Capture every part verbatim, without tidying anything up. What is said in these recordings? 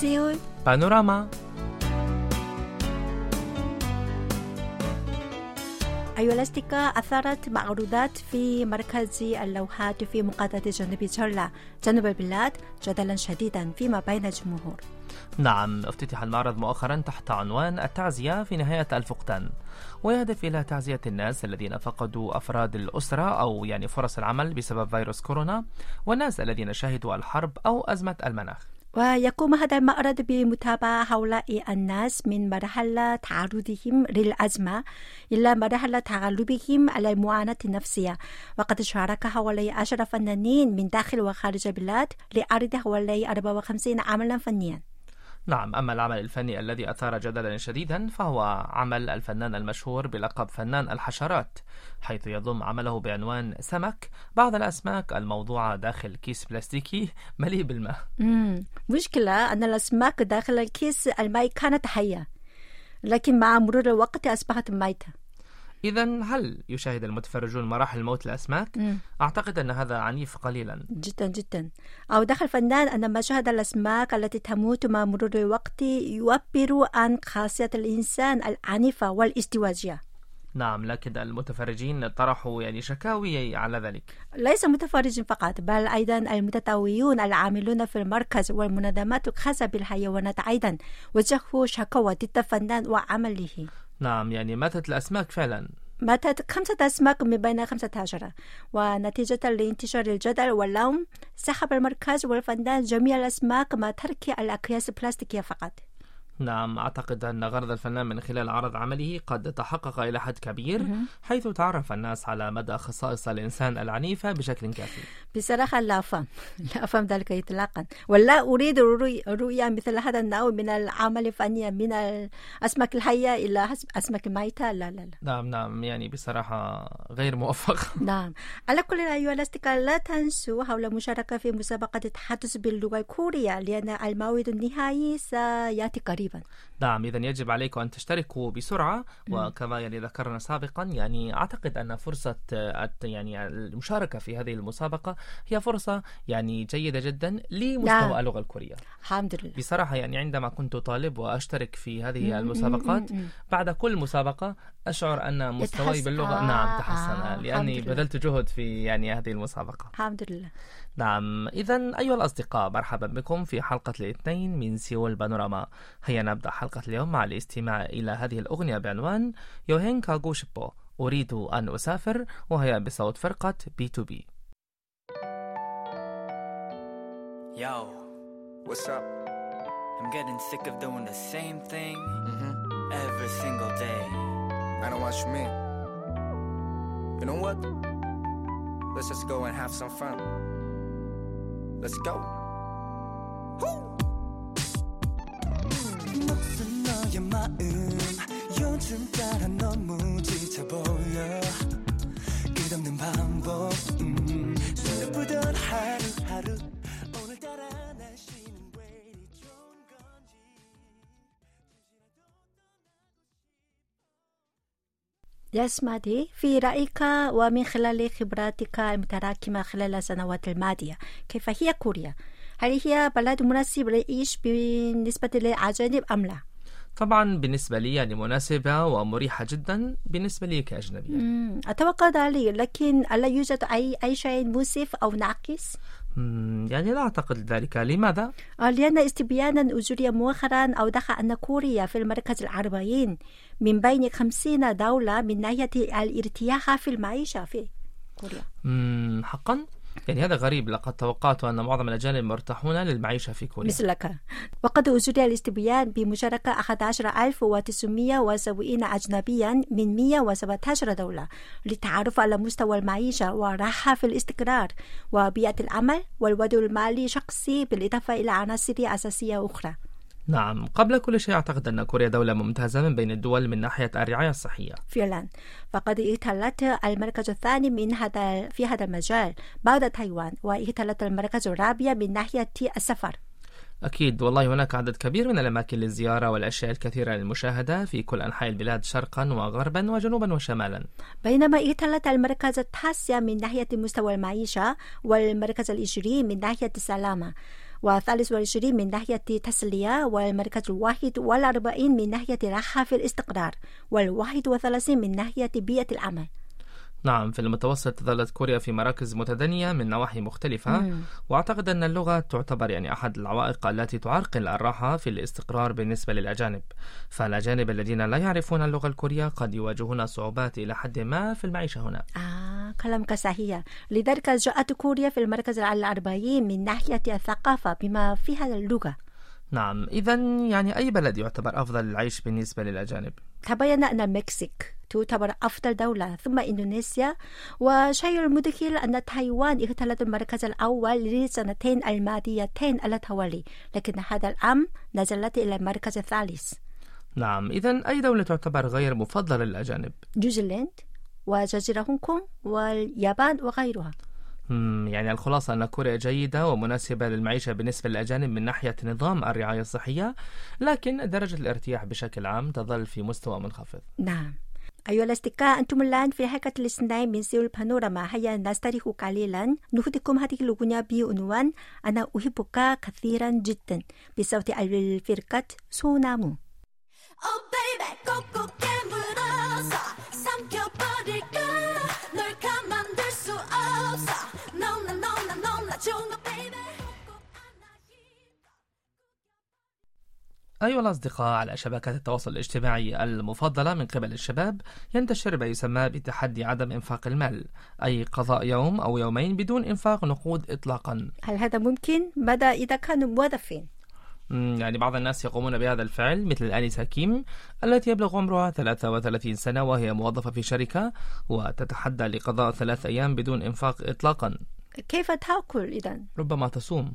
سيول بانوراما. أيها الأصدقاء، أثارت معروضات في مركز اللوحات في مقاطعة جنوب جولة جنوب البلاد جدلا شديدا فيما بين الجمهور. نعم، افتتح المعرض مؤخرا تحت عنوان التعزية في نهاية الفقدان، ويهدف إلى تعزية الناس الذين فقدوا أفراد الأسرة أو يعني فرص العمل بسبب فيروس كورونا، والناس الذين شهدوا الحرب أو أزمة المناخ. ويقوم هذا المعرض بمتابعة هؤلاء الناس من مرحلة تعرضهم للأزمة إلى مرحلة تغلبهم على المعاناة النفسية. وقد شارك حوالي عشرة فنانين من داخل وخارج البلاد لعرض حوالي أربعة وخمسين عملا فنيا. نعم، أما العمل الفني الذي أثار جدلا شديدا فهو عمل الفنان المشهور بلقب فنان الحشرات، حيث يضم عمله بعنوان سمك بعض الأسماك الموضوعة داخل كيس بلاستيكي مليء بالماء. مم. مشكلة أن الأسماك داخل الكيس الماء كانت حية، لكن مع مرور الوقت أصبحت ميتة. إذن هل يشاهد المتفرجون مراحل موت الأسماك؟ مم. أعتقد أن هذا عنيف قليلا. جدا جدا. أوضح الفنان أن مشاهد الأسماك التي تموت مع مرور الوقت يعبر عن خاصية الإنسان العنيفة والازدواجية. نعم، لكن المتفرجين طرحوا يعني شكاوي على ذلك. ليس متفرجين فقط، بل أيضا المتطوعون العاملون في المركز والمنظمات الخاصة بالحيوانات أيضا وجهوا شكوى ضد الفنان وعمله. نعم، يعني ماتت الأسماك فعلا. ماتت خمسة أسماك من بين خمسة عشر، ونتيجة لانتشار الجدل واللوم سحب المركز والفنان جميع الأسماك مع ترك الأكياس البلاستيكية فقط. نعم، أعتقد أن غرض الفنان من خلال عرض عمله قد تحقق إلى حد كبير، حيث تعرف الناس على مدى خصائص الإنسان العنيفة بشكل كافي. بصراحة لا أفهم لا أفهم ذلك إطلاقا، ولا أريد رؤية مثل هذا النوع من العمل الفني، من الأسماك الحية إلى أسماك ميتة. لا لا لا. نعم نعم، يعني بصراحة غير موفق. نعم. على كل أيها الأصدقاء، لا تنسوا حول المشاركة في مسابقة التحدث باللغة الكورية، لأن الموعد النهائي سيأتي قريبا. نعم، إذن يجب عليكم أن تشتركوا بسرعة، وكما يعني ذكرنا سابقا يعني أعتقد أن فرصة يعني المشاركة في هذه المسابقة هي فرصة يعني جيدة جدا لمستوى اللغة الكورية. الحمد لله. بصراحة يعني عندما كنت طالب وأشترك في هذه المسابقات بعد كل مسابقة أشعر أن مستواي باللغة آه نعم تحسن، آه لأني بذلت جهد في يعني هذه المسابقة. الحمد لله. نعم، إذن أيها الأصدقاء، مرحبا بكم في حلقة الاثنين من سيول بانوراما. هيا نبدأ حلقة اليوم مع الاستماع إلى هذه الأغنية بعنوان يوهين كاغو شيبو، أريد أن أسافر، وهي بصوت فرقة بي تو بي. Yo, what's up? I'm getting sick of doing the same thing mm-hmm. every single day. I know what you mean. You know what? Let's just go and have some fun. Let's go. 무슨 너의 마음 요즘 따라 너무 지쳐 보여. 끝없는 반복 음, 슬프던 하루하루 오늘따라 날씨는 왜 이리 좋은 건지. يا سمادي، في رأيك ومن خلال خبراتك المتراكمة خلال السنوات الماضية، كيف هي كوريا؟ هل هي بلد مناسب للعيش بالنسبة للأجانب أم لا؟ طبعا بالنسبة لي يعني مناسبة ومريحة جدا بالنسبة لي كأجنبية. أتوقع ذلك، لكن ألا يوجد أي أي شيء مؤسف أو ناقص؟ يعني لا أعتقد ذلك. لماذا؟ لأن استبيانا أجوريا مؤخرا أوضح أن كوريا في المركز الأربعين من بين خمسين دولة من ناحية الارتياح في المعيشة في كوريا. مم حقا؟ يعني هذا غريب، لقد توقعت أن معظم الأجانب مرتاحون للمعيشة في كوريا مثلك. وقد أجري الاستبيان بمشاركة أحد عشر ألف وتسعمائة وسبعين أجنبيا من مئة وسبعة عشر دولة للتعرف على مستوى المعيشة والراحة في الاستقرار وبيئة العمل والوضع المالي الشخصي، بالإضافة إلى عناصر أساسية أخرى. نعم، قبل كل شيء أعتقد أن كوريا دولة ممتازة من بين الدول من ناحية الرعاية الصحية. فعلا، فقد احتلت المركز الثاني من هذا في هذا المجال بعد تايوان، واحتلت المركز الرابع من ناحية السفر. أكيد، والله هناك عدد كبير من الأماكن للزيارة والأشياء الكثيرة للمشاهدة في كل أنحاء البلاد شرقا وغربا وجنوبا وشمالا. بينما احتلت المركز التاسع من ناحية مستوى المعيشة والمركز العشرين من ناحية السلامة. والثالث والعشرين من ناحية تسلية، والمركز الواحد والأربعين من ناحية راحة في الاستقرار، والواحد وثلاثين من ناحية بيئة العمل. نعم، في المتوسط ظلت كوريا في مراكز متدنية من نواحي مختلفة. مم. وأعتقد أن اللغة تعتبر يعني أحد العوائق التي تعرقل الراحة في الاستقرار بالنسبة للأجانب، فالأجانب الذين لا يعرفون اللغة الكورية قد يواجهون صعوبات إلى حد ما في المعيشة هنا. آه، كلامك صحيح. لذلك جاءت كوريا في المركز الأربعين من ناحية الثقافة بما فيها اللغة. نعم، إذن يعني أي بلد يعتبر أفضل العيش بالنسبة للأجانب؟ تبين أن المكسيك تعتبر أفضل دولة، ثم إندونيسيا، وشيء المدهش أن تايوان احتلت المركز الأول للسنتين الماضيتين على التوالي، لكن هذا العام نزلت إلى المركز الثالث. نعم، إذن أي دولة تعتبر غير مفضلة للأجانب؟ نيوزيلند وجزيرة هونغ كونغ واليابان وغيرها. يعني الخلاصة أن كوريا جيدة ومناسبة للمعيشة بالنسبة للأجانب من ناحية نظام الرعاية الصحية، لكن درجة الارتياح بشكل عام تظل في مستوى منخفض. نعم. أيها الأصدقاء، أنتم الآن في حلقة الاثنين من سيول بانوراما. هيا نستريح قليلا. نهديكم هذه الأغنية بعنوان أنا أحبك كثيرا جدا بصوت الفرقة 소나무. Oh baby, 꼭꼭 깨물어서 삼켜버릴까 널 가만둘 수 없어 너무나 너무나 너무나 좋은 거 baby. أيها الأصدقاء، على شبكات التواصل الاجتماعي المفضلة من قبل الشباب ينتشر ما يسمى بتحدي عدم إنفاق المال، أي قضاء يوم أو يومين بدون إنفاق نقود إطلاقا. هل هذا ممكن؟ ماذا إذا كانوا موظفين؟ يعني بعض الناس يقومون بهذا الفعل، مثل الآنسة كيم التي يبلغ عمرها ثلاثة وثلاثين سنة وهي موظفة في شركة وتتحدى لقضاء ثلاث أيام بدون إنفاق إطلاقا. كيف تأكل إذن؟ ربما تصوم.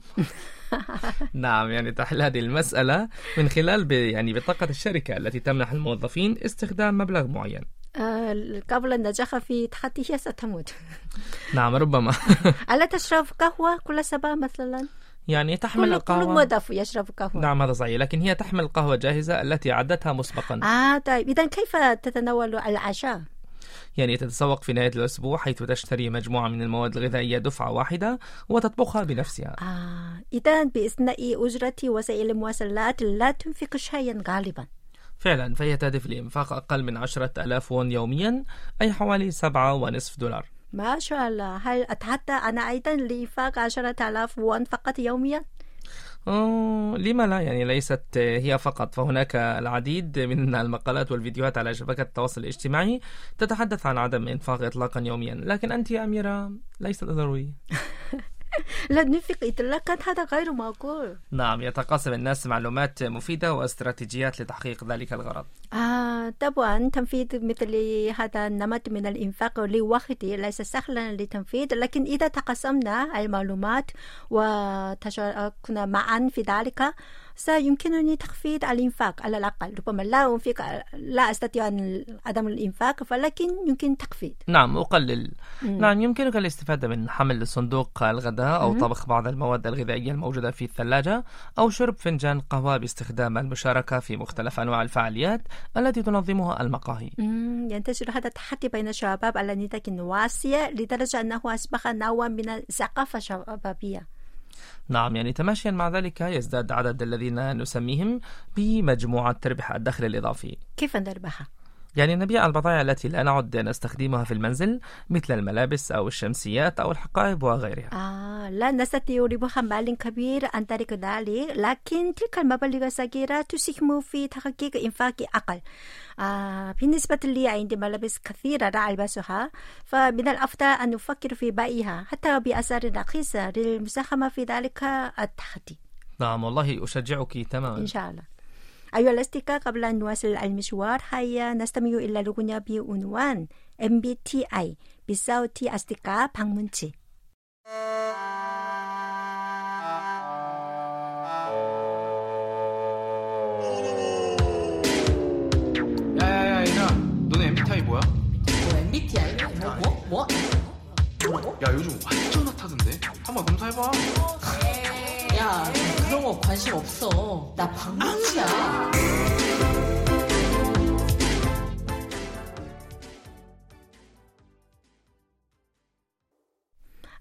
نعم، يعني تحل هذه المسألة من خلال ب... يعني بطاقة الشركة التي تمنح الموظفين استخدام مبلغ معين. آه، قبل النجاح في تحديها ستموت. نعم، ربما. ألا تشرب قهوة كل صباح مثلا؟ يعني تحمل القهوة. كل موظف يشرب قهوة. نعم، هذا صحيح، لكن هي تحمل القهوة جاهزة التي عدتها مسبقا. آه طيب، إذن كيف تتناول العشاء؟ يعني تتسوق في نهاية الأسبوع، حيث تشتري مجموعة من المواد الغذائية دفعة واحدة وتطبخها بنفسها. آه، إذن بإثناء أجرة وسائل المواصلات لا تنفق شيئا غالبا. فعلا، فهي تهدف لإنفاق أقل من عشرة آلاف وون يوميا، أي حوالي سبعة ونصف دولار. ما شاء الله. هل أتحدى أنا أيضا لإنفاق عشرة آلاف وون فقط يوميا؟ أوه، لما لا؟ يعني ليست هي فقط، فهناك العديد من المقالات والفيديوهات على شبكات التواصل الاجتماعي تتحدث عن عدم إنفاق إطلاقا يوميا، لكن أنت يا أميرة ليست ضروري. لا ننفق إطلاقا، هذا غير معقول. نعم، يتقاسم الناس معلومات مفيدة واستراتيجيات لتحقيق ذلك الغرض. آه طبعا تنفيذ مثل هذا النمط من الإنفاق لوحده ليس سهلا للتنفيذ، لكن إذا تقسمنا المعلومات وتشاركنا معا في ذلك سيمكنني تخفيض الإنفاق على الأقل. ربما لا أنفق، لا أستطيع أن عدم الإنفاق، ولكن يمكن تخفيض. نعم، أقلل. مم. نعم، يمكنك الاستفادة من حمل صندوق الغداء أو مم. طبخ بعض المواد الغذائية الموجودة في الثلاجة، أو شرب فنجان قهوة باستخدام المشاركة في مختلف أنواع الفعاليات التي تنظمها المقاهي. مم. ينتشر هذا التحدي بين الشباب على نطاق واسع لدرجة أنه أصبح نوعا من الثقافة الشبابية. نعم، يعني تماشيا مع ذلك يزداد عدد الذين نسميهم بمجموعة تربح الدخل الإضافي. كيف نربحها؟ يعني نبيع البضائع التي لا نعد نستخدمها في المنزل، مثل الملابس أو الشمسيات أو الحقائب وغيرها. آه، لا نستطيع ربح مال كبير عن طريق ذلك، لكن تلك المبالغ الصغيرة تسهم في تحقيق إنفاق أقل. آه، بالنسبة لي عندي ملابس كثيرة لا ألبسها، فمن الأفضل أن نفكر في بيعها حتى بأسعار رخيصة للمساهمة في ذلك التحدي. نعم، والله أشجعك تماما. إن شاء الله. أيها الأصدقاء، قبل أن نواصل المشوار هيا نستمع إلى الأغنية بعنوان إم بي تي آي بصوت أصدقاء 박문치. 야야야, 이나, 너네 엠비티아이 뭐야? 뭐 엠비티아이? 뭐? 뭐? 뭐? 야, 요즘 완전 핫하던데? 한번 검사해봐. 야, 그런 거 관심 없어. 나 박문치야.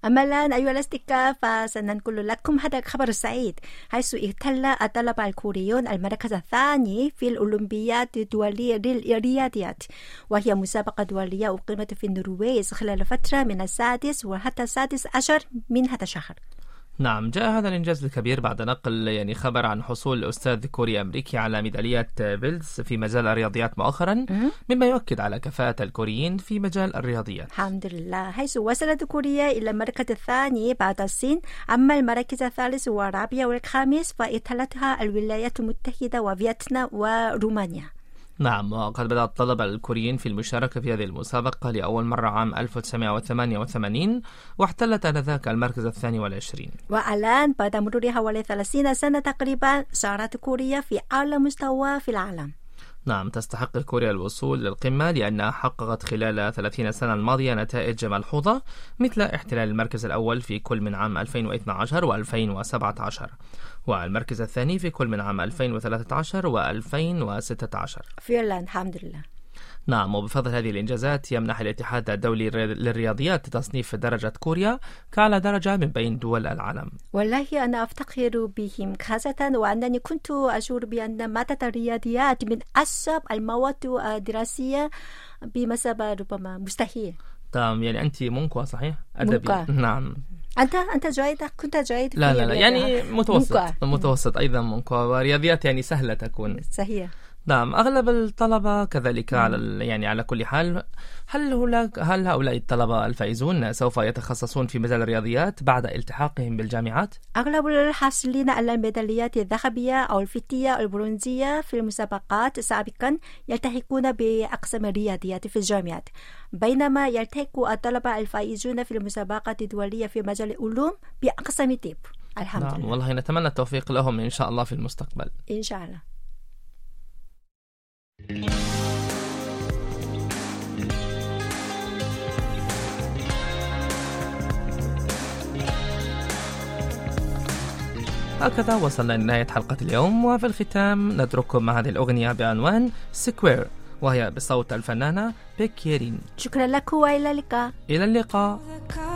أما الآن أيها الأصدقاء فسننقل لكم هذا الخبر السعيد، حيث احتل الطلبة الكوريون المركز الثاني في الأولمبياد الدولية للرياضيات، وهي مسابقة دولية أقيمت في النرويج خلال فترة من السادس وحتى السادس عشر من هذا الشهر. نعم، جاء هذا الإنجاز الكبير بعد نقل يعني خبر عن حصول أستاذ كوري أمريكي على ميدالية فيلدز في مجال الرياضيات مؤخرا، مما يؤكد على كفاءة الكوريين في مجال الرياضيات. الحمد لله، حيث وصلت كوريا إلى المركز الثاني بعد الصين، أما المراكز الثالث والرابع والخامس فاحتلتها الولايات المتحدة وفيتنام ورومانيا. نعم، وقد بدأ الطلبة الكوريين في المشاركة في هذه المسابقة لأول مرة عام ألف وتسعمائة وثمانية وثمانين، واحتلت آنذاك المركز الثاني والعشرين. والآن بعد مرور حوالي ثلاثين سنة تقريبا صارت كوريا في أعلى مستوى في العالم. نعم، تستحق كوريا الوصول للقمة لأنها حققت خلال ثلاثين سنة الماضية نتائج ملحوظة، مثل احتلال المركز الأول في كل من عام ألفين واثني عشر وألفين وسبعة عشر، والمركز الثاني في كل من عام ألفين وثلاثة عشر وألفين وستة عشر. فعلا الحمد لله. نعم، وبفضل هذه الإنجازات يمنح الاتحاد الدولي للرياضيات تصنيف درجة كوريا كأعلى درجة من بين دول العالم. والله أنا أفتخر بهم خاصة، وأنني كنت أشعر بأن مادة الرياضيات من أصعب المواد الدراسية بمثابة ربما مستحيل. تمام، يعني أنت منقوة صحيح؟ أدبي. منقوة. نعم. أنت أنت جيد، كنت جيد في لا لا لا يعني متوسط. منقوة. متوسط أيضا منقوة، ورياضيات يعني سهلة تكون. صحيح. نعم، أغلب الطلبة كذلك على يعني على كل حال. هل هناك هل هؤلاء الطلبة الفائزون سوف يتخصصون في مجال الرياضيات بعد التحاقهم بالجامعات؟ أغلب الحاصلين على الميداليات الذهبية أو الفضية أو البرونزية في المسابقات سابقا يلتحقون بأقسام الرياضيات في الجامعات، بينما يلتحق الطلبة الفائزون في المسابقات الدولية في مجال العلوم بأقسام الطب. الحمد نعم، لله. والله نتمنى التوفيق لهم إن شاء الله في المستقبل. إن شاء الله. هكذا وصلنا لنهاية حلقة اليوم، وفي الختام نترككم مع هذه الأغنية بعنوان سكوير، وهي بصوت الفنانة بيك ييرين. شكرا لك وإلى اللقاء. إلى اللقاء.